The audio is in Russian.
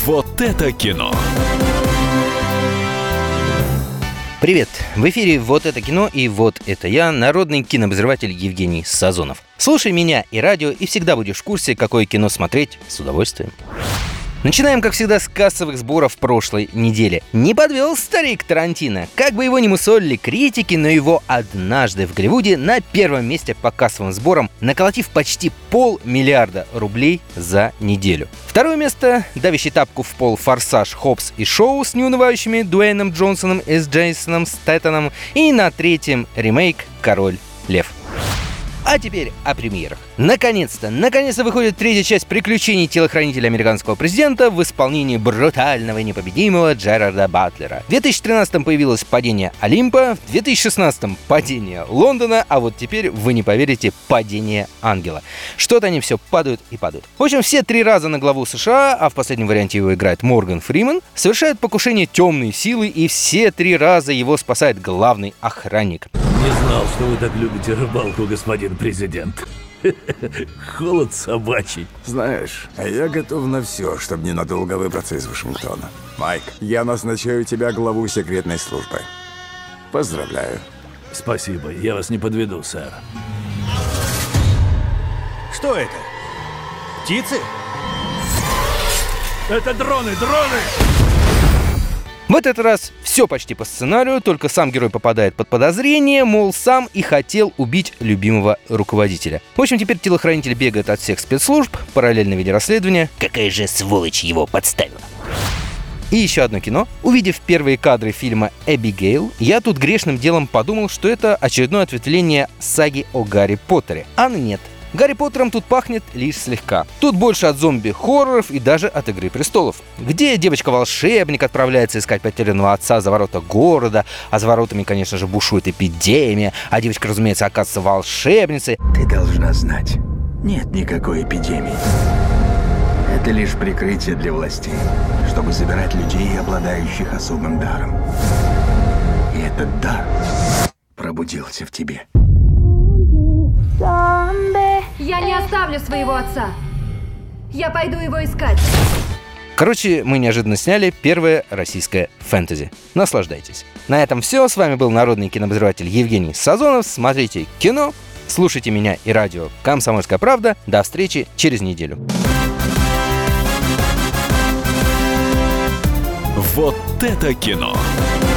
Вот это кино. Привет! В эфире «Вот это кино» и «Вот это я», народный кинообозреватель Евгений Сазонов. Слушай меня и радио, и всегда будешь в курсе, какое кино смотреть с удовольствием. Начинаем, как всегда, с кассовых сборов прошлой недели. Не подвел старик Тарантино. Как бы его ни мусолили критики, но его однажды в Голливуде на первом месте по кассовым сборам, наколотив почти $500 миллиарда за неделю. Второе место – давящий тапку в пол «Форсаж», «Хоббс» и «Шоу» с неунывающими Дуэйном Джонсоном и с Джейсоном Стэтэном. И на третьем – ремейк «Король Лев». А теперь о премьерах. Наконец-то выходит третья часть приключений телохранителя американского президента в исполнении брутального и непобедимого Джерарда Батлера. В 2013-м появилось «Падение Олимпа», в 2016-м «Падение Лондона», а вот теперь, вы не поверите, «Падение Ангела». Что-то они все падают и падают. В общем, все 3 раза на главу США, а в последнем варианте его играет Морган Фриман, совершают покушение темной силы, и все 3 раза его спасает главный охранник. Не знал, что вы так любите рыбалку, господин президент. Холод собачий. Знаешь, я готов на все, чтобы ненадолго выбраться из Вашингтона. Майк, я назначаю тебя главу секретной службы. Поздравляю. Спасибо, я вас не подведу, сэр. Что это? Птицы? Это дроны! В этот раз все почти по сценарию, только сам герой попадает под подозрение, мол, сам и хотел убить любимого руководителя. В общем, теперь телохранитель бегает от всех спецслужб, параллельно ведя расследование, какая же сволочь его подставила. И еще одно кино. Увидев первые кадры фильма «Эбигейл», я тут грешным делом подумал, что это очередное ответвление саги о Гарри Поттере. А нет. Гарри Поттером тут пахнет лишь слегка. Тут больше от зомби-хорроров и даже от «Игры престолов», где девочка-волшебник отправляется искать потерянного отца за ворота города, а за воротами, конечно же, бушует эпидемия, а девочка, разумеется, оказывается волшебницей. Ты должна знать, нет никакой эпидемии. Это лишь прикрытие для властей, чтобы забирать людей, обладающих особым даром. И этот дар пробудился в тебе. Я не оставлю своего отца. Я пойду его искать. Короче, мы неожиданно сняли первое российское фэнтези. Наслаждайтесь. На этом все. С вами был народный кинообозреватель Евгений Сазонов. Смотрите кино, слушайте меня и радио «Комсомольская правда». До встречи через неделю. Вот это кино.